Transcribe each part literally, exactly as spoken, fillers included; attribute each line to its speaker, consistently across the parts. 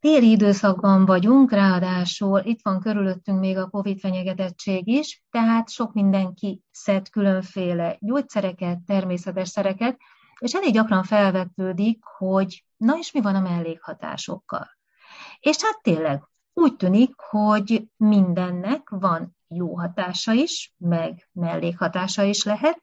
Speaker 1: Téli időszakban vagyunk, ráadásul itt van körülöttünk még a Covid fenyegetettség is, tehát sok mindenki szed különféle gyógyszereket, természetes szereket, és elég gyakran felvetődik, hogy na és mi van a mellékhatásokkal. És hát tényleg úgy tűnik, hogy mindennek van jó hatása is, meg mellékhatása is lehet.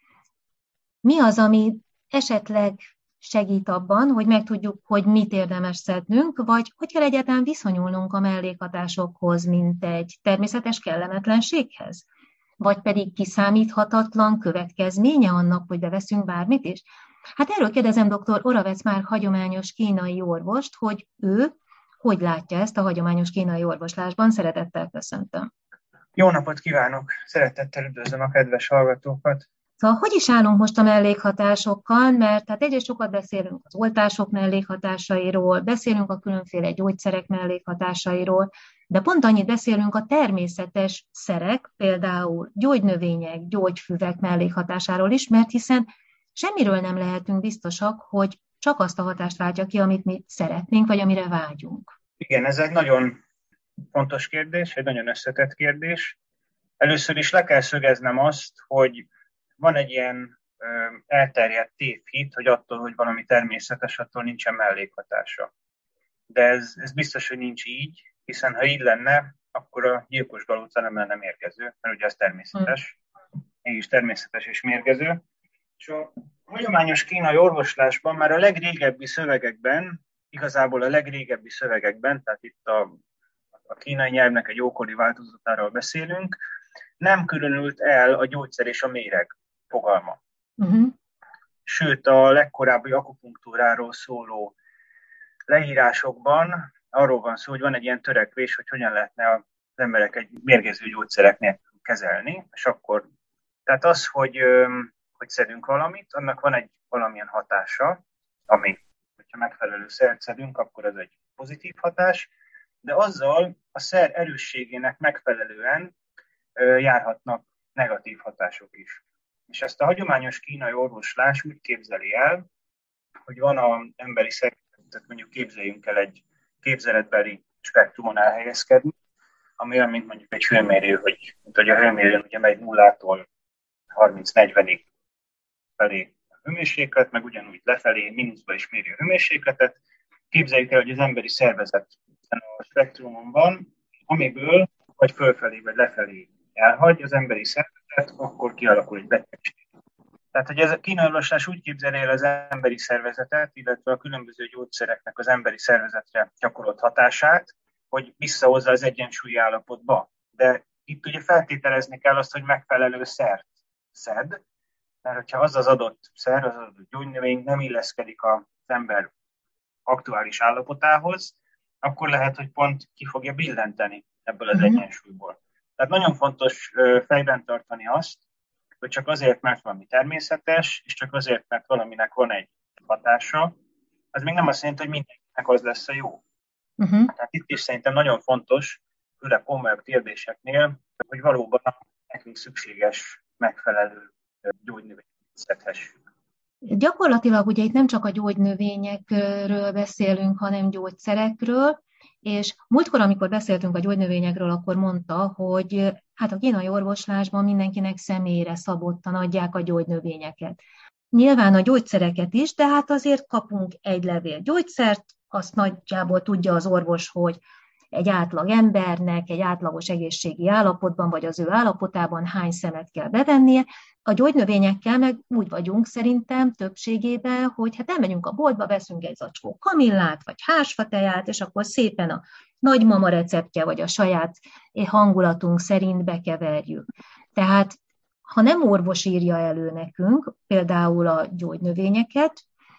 Speaker 1: Mi az, ami esetleg segít abban, hogy megtudjuk, hogy mit érdemes szednünk, vagy hogy kell egyáltalán viszonyulnunk a mellékhatásokhoz, mint egy természetes kellemetlenséghez? Vagy pedig kiszámíthatatlan következménye annak, hogy beveszünk bármit is? Hát erről kérdezem dr. Oravec már hagyományos kínai orvost, hogy ő hogy látja ezt a hagyományos kínai orvoslásban. Szeretettel köszöntöm.
Speaker 2: Jó napot kívánok! Szeretettel üdvözlöm a kedves hallgatókat!
Speaker 1: Szóval hogy is állunk most a mellékhatásokkal, mert hát egyrészt sokat beszélünk az oltások mellékhatásairól, beszélünk a különféle gyógyszerek mellékhatásairól, de pont annyit beszélünk a természetes szerek, például gyógynövények, gyógyfüvek mellékhatásáról is, mert hiszen semmiről nem lehetünk biztosak, hogy csak azt a hatást váltja ki, amit mi szeretnénk, vagy amire vágyunk.
Speaker 2: Igen, ez egy nagyon fontos kérdés, egy nagyon összetett kérdés. Először is le kell szögeznem azt, hogy van egy ilyen ö, elterjedt tévhit, hogy attól, hogy valami természetes, attól nincsen mellékhatása. De ez, ez biztos, hogy nincs így, hiszen ha így lenne, akkor a gyilkos galóca nem lenne mérgező, mert ugye ez természetes, mégis természetes és mérgező. És a hagyományos kínai orvoslásban már a legrégebbi szövegekben, igazából a legrégebbi szövegekben, tehát itt a, a kínai nyelvnek egy ókori változatáról beszélünk, nem különült el a gyógyszer és a méreg fogalma. Uh-huh. Sőt, a legkorábbi akupunktúráról szóló leírásokban arról van szó, hogy van egy ilyen törekvés, hogy hogyan lehetne az emberek egy mérgező gyógyszerek nélkül kezelni, és akkor, tehát az, hogy, hogy szedünk valamit, annak van egy valamilyen hatása, ami, hogyha megfelelő szert szedünk, akkor ez egy pozitív hatás, de azzal a szer erősségének megfelelően járhatnak negatív hatások is. És ezt a hagyományos kínai orvoslás úgy képzeli el, hogy van az emberi szervezetet, mondjuk képzeljünk el egy képzeletbeli spektrumon elhelyezkedni, ami olyan, mint mondjuk egy hőmérő, hogy, mint hogy a hőmérőn ugye megy nullától harminc-negyvenig felé a hőmérséklet, meg ugyanúgy lefelé, mínuszba is méri a hőmérsékletet. Képzeljük el, hogy az emberi szervezet a spektrumon van, amiből vagy fölfelé, vagy lefelé elhagy az emberi szervezet, akkor kialakul egy betegség. Tehát, hogy ez a kínai orvoslás úgy képzeli el az emberi szervezetet, illetve a különböző gyógyszereknek az emberi szervezetre gyakorolt hatását, hogy visszahozza az egyensúlyi állapotba. De itt ugye feltételezni kell azt, hogy megfelelő szert szed, mert hogyha az az adott szer, az adott gyógynövény nem illeszkedik az ember aktuális állapotához, akkor lehet, hogy pont ki fogja billenteni ebből az uh-huh. egyensúlyból. Tehát nagyon fontos fejben tartani azt, hogy csak azért, mert valami természetes, és csak azért, mert valaminek van egy hatása, az még nem azt jelenti, hogy mindenkinek az lesz a jó. Uh-huh. Tehát itt is szerintem nagyon fontos, főleg komolyabb kérdéseknél, hogy valóban nekünk szükséges, megfelelő gyógynövényt szedhessünk.
Speaker 1: Gyakorlatilag ugye itt nem csak a gyógynövényekről beszélünk, hanem gyógyszerekről, és múltkor, amikor beszéltünk a gyógynövényekről, akkor mondta, hogy hát a kínai orvoslásban mindenkinek személyre szabottan adják a gyógynövényeket. Nyilván a gyógyszereket is, de hát azért kapunk egy levél gyógyszert, azt nagyjából tudja az orvos, hogy egy átlag embernek, egy átlagos egészségi állapotban, vagy az ő állapotában hány szemet kell bevennie. A gyógynövényekkel meg úgy vagyunk szerintem többségében, hogy hát elmegyünk a boltba, veszünk egy zacskó kamillát, vagy házfateját, és akkor szépen a nagymama receptje, vagy a saját hangulatunk szerint bekeverjük. Tehát, ha nem orvos írja elő nekünk, például a gyógynövényeket,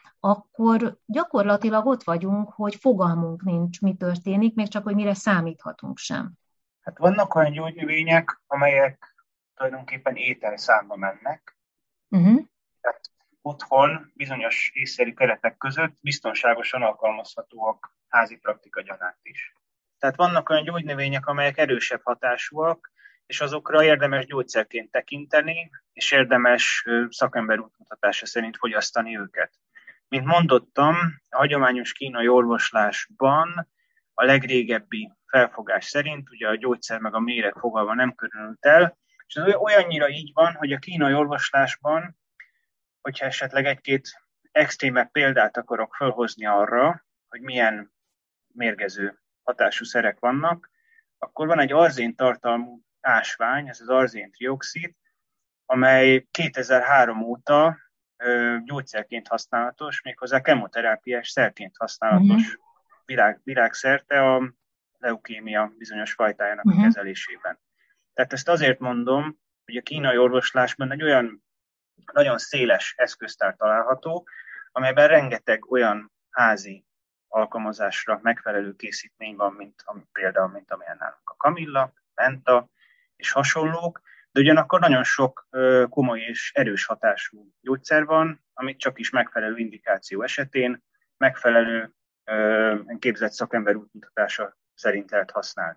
Speaker 1: akkor gyakorlatilag ott vagyunk, hogy fogalmunk nincs, mi történik, még csak, hogy mire számíthatunk sem.
Speaker 2: Hát vannak olyan gyógynövények, amelyek tulajdonképpen ételszámba mennek. Uh-huh. Tehát otthon bizonyos észszerű keretek között biztonságosan alkalmazhatóak házi praktika gyanánt is. Tehát vannak olyan gyógynövények, amelyek erősebb hatásúak, és azokra érdemes gyógyszerként tekinteni, és érdemes szakember útmutatása szerint fogyasztani őket. Mint mondottam, a hagyományos kínai orvoslásban a legrégebbi felfogás szerint, ugye a gyógyszer meg a méreg fogalma nem különült el, és ez olyannyira így van, hogy a kínai orvoslásban, hogyha esetleg egy-két extrémebb példát akarok felhozni arra, hogy milyen mérgező hatású szerek vannak, akkor van egy arzén tartalmú ásvány, ez az arzén-trioxid, amely kétezer-három óta ö, gyógyszerként használatos, méghozzá kemoterápiás szerként használatos uh-huh. világ, világszerte a leukémia bizonyos fajtájának uh-huh. a kezelésében. Tehát ezt azért mondom, hogy a kínai orvoslásban egy olyan nagyon széles eszköztár található, amelyben rengeteg olyan házi alkalmazásra megfelelő készítmény van, mint például, mint amilyen nálunk a kamilla, menta és hasonlók, de ugyanakkor nagyon sok ö, komoly és erős hatású gyógyszer van, amit csak is megfelelő indikáció esetén, megfelelő ö, képzett szakember útmutatása szerint lehet használni.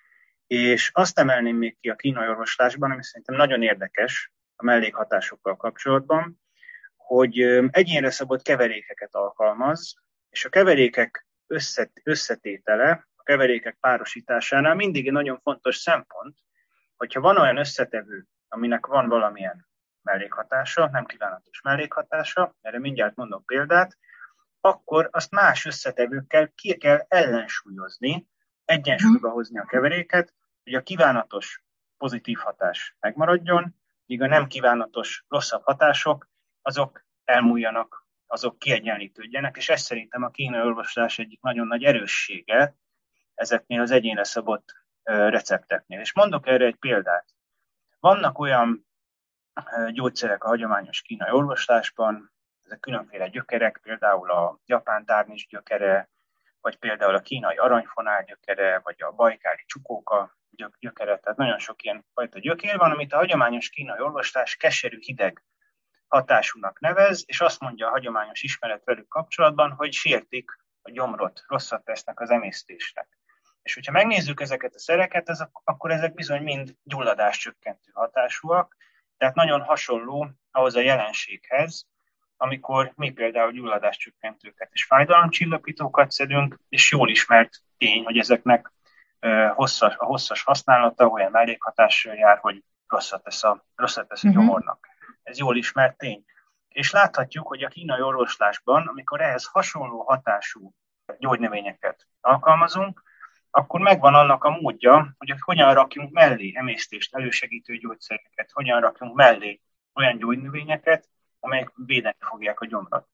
Speaker 2: És azt emelném még ki a kínai orvoslásban, ami szerintem nagyon érdekes a mellékhatásokkal kapcsolatban, hogy egyénre szabott keverékeket alkalmaz, és a keverékek összet, összetétele, a keverékek párosításánál mindig egy nagyon fontos szempont, hogyha van olyan összetevő, aminek van valamilyen mellékhatása, nem kívánatos mellékhatása, erre mindjárt mondok példát, akkor azt más összetevőkkel ki kell ellensúlyozni, egyensúlyba hozni a keveréket, hogy a kívánatos pozitív hatás megmaradjon, míg a nem kívánatos rosszabb hatások, azok elmúljanak, azok kiegyenlítődjenek, és ez szerintem a kínai orvoslás egyik nagyon nagy erőssége ezeknél az egyénre szabott recepteknél. És mondok erre egy példát. Vannak olyan gyógyszerek a hagyományos kínai orvoslásban, ezek különféle gyökerek, például a japán tárnis gyökere, vagy például a kínai aranyfonál gyökere, vagy a bajkáli csukóka gyökere, tehát nagyon sok ilyen fajta gyökér van, amit a hagyományos kínai orvoslás keserű hideg hatásúnak nevez, és azt mondja a hagyományos ismeret velük kapcsolatban, hogy sértik a gyomrot, rosszat tesznek az emésztésnek. És hogyha megnézzük ezeket a szereket, ez, akkor ezek bizony mind gyulladáscsökkentő hatásúak, tehát nagyon hasonló ahhoz a jelenséghez, amikor mi például gyulladáscsökkentőket és fájdalomcsillapítókat szedünk, és jól ismert tény, hogy ezeknek hosszas, a hosszas használata olyan mellékhatással jár, hogy rosszat tesz a, rosszat tesz a uh-huh. gyomornak. Ez jól ismert tény. És láthatjuk, hogy a kínai orvoslásban, amikor ehhez hasonló hatású gyógynövényeket alkalmazunk, akkor megvan annak a módja, hogy hogyan rakjunk mellé emésztést elősegítő gyógyszereket, hogyan rakjunk mellé olyan gyógynövényeket, amelyek védeni fogják a gyomrat.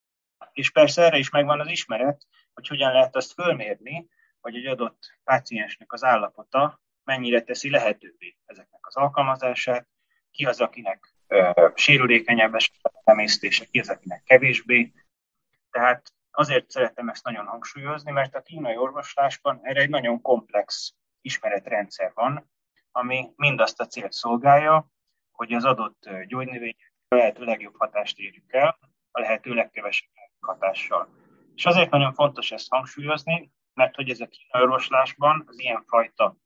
Speaker 2: És persze erre is megvan az ismeret, hogy hogyan lehet azt fölmérni, hogy egy adott páciensnek az állapota mennyire teszi lehetővé ezeknek az alkalmazását, ki az, akinek ö, sérülékenyebb esetleg emésztése, ki az, akinek kevésbé. Tehát azért szeretem ezt nagyon hangsúlyozni, mert a kínai orvoslásban erre egy nagyon komplex ismeretrendszer van, ami mindazt a célt szolgálja, hogy az adott gyógynövények a lehető legjobb hatást érjük el, a lehető legkevesebb hatással. És azért nagyon fontos ezt hangsúlyozni, mert hogy ez a kínai orvoslásban az ilyenfajta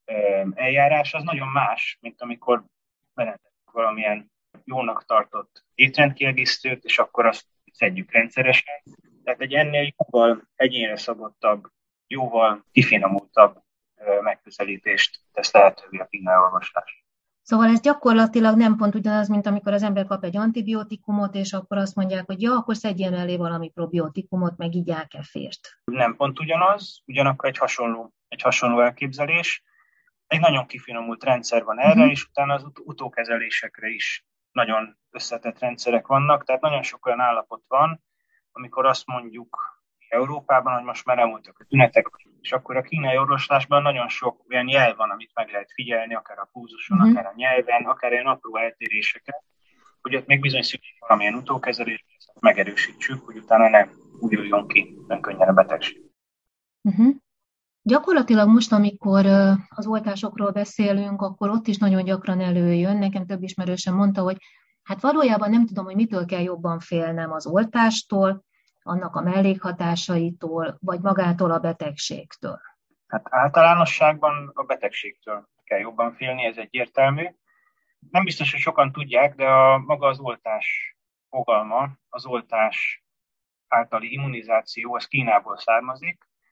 Speaker 2: eljárás az nagyon más, mint amikor berendezik valamilyen jónak tartott étrendkiegészítőt, és akkor azt szedjük rendszeresen. Tehát egy ennél jóval egyénre szabottabb, jóval kifinomultabb megközelítést tesz lehetővé a kínai orvoslás.
Speaker 1: Szóval ez gyakorlatilag nem pont ugyanaz, mint amikor az ember kap egy antibiotikumot, és akkor azt mondják, hogy ja, akkor szedjen elé valami probiotikumot, meg így kefért.
Speaker 2: Nem pont ugyanaz, ugyanakkor egy hasonló, egy hasonló elképzelés. Egy nagyon kifinomult rendszer van erre, uh-huh. és utána az ut- utókezelésekre is nagyon összetett rendszerek vannak, tehát nagyon sok olyan állapot van, amikor azt mondjuk Európában, hogy most már elmúltak a tünetek, és akkor a kínai orvoslásban nagyon sok olyan jel van, amit meg lehet figyelni, akár a pulzuson, uh-huh. akár a nyelven, akár ilyen apró eltéréseket, hogy ott még bizony szükség valamilyen utókezelés, megerősítsük, hogy utána ne újuljon ki nem könnyen a betegség.
Speaker 1: Uh-huh. Gyakorlatilag most, amikor az oltásokról beszélünk, akkor ott is nagyon gyakran előjön. Nekem több ismerősöm mondta, hogy hát valójában nem tudom, hogy mitől kell jobban félnem, az oltástól, annak a mellékhatásaitól, vagy magától a betegségtől.
Speaker 2: Hát általánosságban a betegségtől kell jobban félni, ez egyértelmű. Nem biztos, hogy sokan tudják, de a maga az oltás fogalma, az oltás általi immunizáció, az Kínából származik,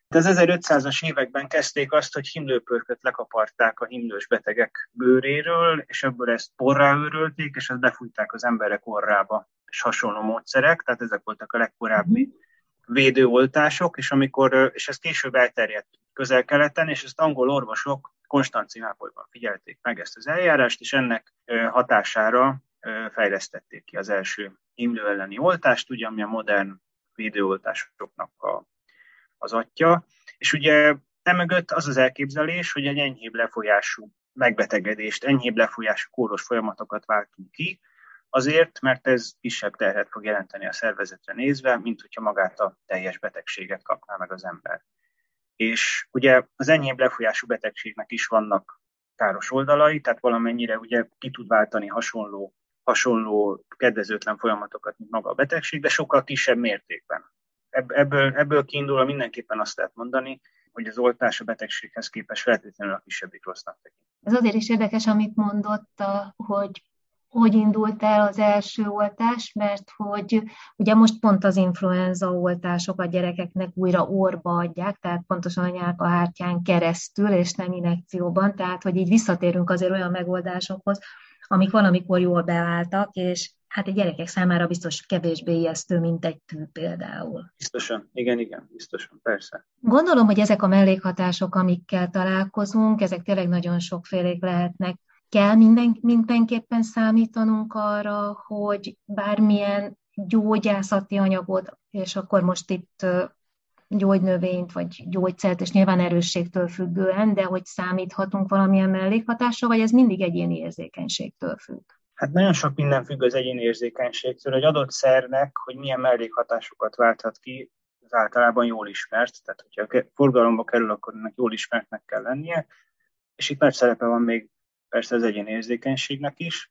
Speaker 2: Az ezerötszázas években kezdték azt, hogy himlőpörköt lekaparták a himlős betegek bőréről, és ebből ezt porrá őrölték, és ezt befújták az emberek orrába, és hasonló módszerek, tehát ezek voltak a legkorábbi védőoltások, és, amikor, és ez később elterjedt Közel-Keleten, és ezt angol orvosok Konstancinápolyban figyelték meg ezt az eljárást, és ennek hatására fejlesztették ki az első himlő elleni oltást, ugye, ami a modern védőoltásoknak a, az atya. És ugye emögött az az elképzelés, hogy egy enyhébb lefolyású megbetegedést, enyhébb lefolyású kóros folyamatokat váltunk ki, azért, mert ez kisebb terhet fog jelenteni a szervezetre nézve, mint hogyha magát a teljes betegséget kapná meg az ember. És ugye az enyhébb lefolyású betegségnek is vannak káros oldalai, tehát valamennyire ugye ki tud váltani hasonló, hasonló kedvezőtlen folyamatokat, mint maga a betegség, de sokkal kisebb mértékben. Ebből, ebből kiindulva mindenképpen azt lehet mondani, hogy az oltás a betegséghez képest feltétlenül a kisebbik rossznak tekint.
Speaker 1: Ez azért is érdekes, amit mondott, hogy hogy indult el az első oltás, mert hogy ugye most pont az influenza oltások a gyerekeknek újra orba adják, tehát pontosan a nyálkahártyán keresztül, és nem injekcióban, tehát hogy így visszatérünk azért olyan megoldásokhoz, amik valamikor jól beálltak, és hát a gyerekek számára biztos kevésbé ijesztő, mint egy tű például.
Speaker 2: Biztosan, igen, igen, biztosan, persze.
Speaker 1: Gondolom, hogy ezek a mellékhatások, amikkel találkozunk, ezek tényleg nagyon sokfélék lehetnek. Kell minden, mindenképpen számítanunk arra, hogy bármilyen gyógyászati anyagot, és akkor most itt gyógynövényt vagy gyógyszert, és nyilván erősségtől függően, de hogy számíthatunk valamilyen mellékhatásra, vagy ez mindig egyéni érzékenységtől függ?
Speaker 2: Hát nagyon sok minden függ az egyéni érzékenységtől. Egy adott szernek, hogy milyen mellékhatásokat válthat ki, az általában jól ismert, tehát hogyha forgalomba kerül, akkor ennek jól ismertnek kell lennie, és itt nagy szerepe van még persze az egyéni érzékenységnek is,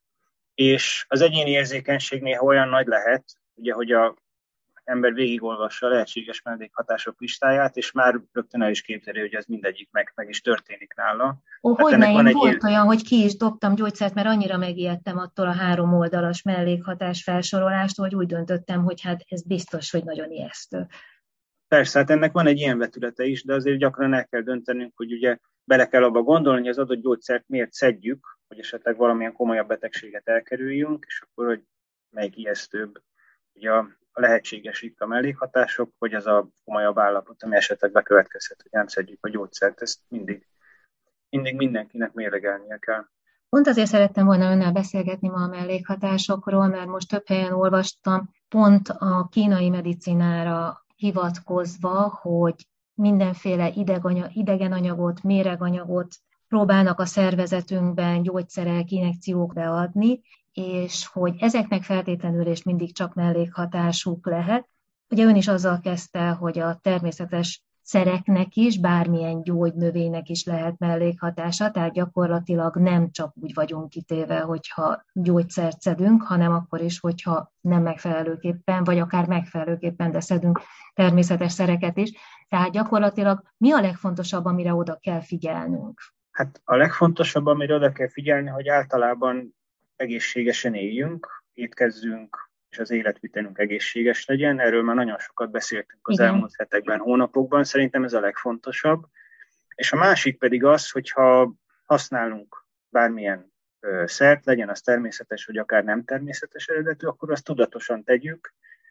Speaker 2: és az egyéni érzékenység néha olyan nagy lehet, ugye, hogy az ember végigolvassa a lehetséges mellékhatások listáját, és már rögtön el is képzeli, hogy ez mindegyik meg, meg is történik nála.
Speaker 1: Ó, hogy ne, én volt ilyen... olyan, hogy ki is dobtam gyógyszert, mert annyira megijedtem attól a három oldalas mellékhatás felsorolástól, hogy úgy döntöttem, hogy hát ez biztos, hogy nagyon ijesztő.
Speaker 2: Persze, hát ennek van egy ilyen vetülete is, de azért gyakran el kell döntenünk, hogy ugye bele kell abba gondolni, hogy az adott gyógyszert miért szedjük, hogy esetleg valamilyen komolyabb betegséget elkerüljünk, és akkor, hogy melyik ijesztőbb. Ugye a lehetséges itt a mellékhatások, vagy az a komolyabb állapot, ami esetleg bekövetkezhet, hogy nem szedjük a gyógyszert. Ezt mindig, mindig mindenkinek mérlegelnie kell.
Speaker 1: Pont azért szerettem volna önnel beszélgetni ma a mellékhatásokról, mert most több helyen olvastam, pont a kínai medicinára hivatkozva, hogy mindenféle idegen anyagot, méreganyagot próbálnak a szervezetünkben gyógyszerek, injekciók beadni, és hogy ezeknek feltétlenül és mindig csak mellékhatásuk lehet. Ugye ön is azzal kezdte, hogy a természetes szereknek is, bármilyen gyógynövénynek is lehet mellékhatása, tehát gyakorlatilag nem csak úgy vagyunk kitéve, hogyha gyógyszert szedünk, hanem akkor is, hogyha nem megfelelőképpen, vagy akár megfelelőképpen, de szedünk természetes szereket is. Tehát gyakorlatilag mi a legfontosabb, amire oda kell figyelnünk?
Speaker 2: Hát a legfontosabb, amire oda kell figyelni, hogy általában egészségesen éljünk, étkezzünk, és az életvitelünk egészséges legyen. Erről már nagyon sokat beszéltünk az Igen. elmúlt hetekben, hónapokban. Szerintem ez a legfontosabb. És a másik pedig az, hogyha használunk bármilyen ö, szert, legyen az természetes, vagy akár nem természetes eredetű, akkor azt tudatosan tegyük,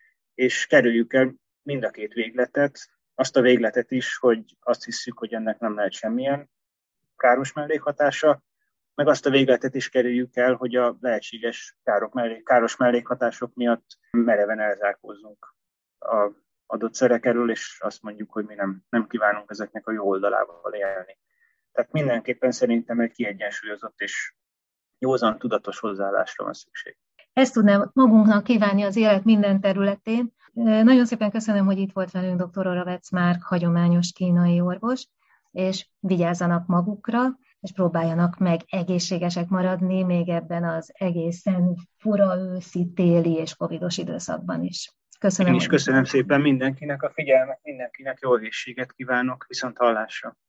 Speaker 2: és kerüljük el mind a két végletet. Azt a végletet is, hogy azt hiszük, hogy ennek nem lehet semmilyen káros mellékhatása, meg azt a végletet is kerüljük el, hogy a lehetséges károk mellék, káros mellékhatások miatt mereven elzárkózzunk az adott szerek erről, és azt mondjuk, hogy mi nem, nem kívánunk ezeknek a jó oldalával élni. Tehát mindenképpen szerintem egy kiegyensúlyozott és józan tudatos hozzáállásra van szükség.
Speaker 1: Ezt tudnám magunknak kívánni az élet minden területén. Nagyon szépen köszönöm, hogy itt volt velünk dr. Oravec Márk, hagyományos kínai orvos, és vigyázzanak magukra, és próbáljanak meg egészségesek maradni, még ebben az egészen fura őszi, téli és covidos időszakban is. Köszönöm.
Speaker 2: Én is köszönöm szépen mindenkinek a figyelmet, mindenkinek jó egészséget kívánok, viszont hallásra.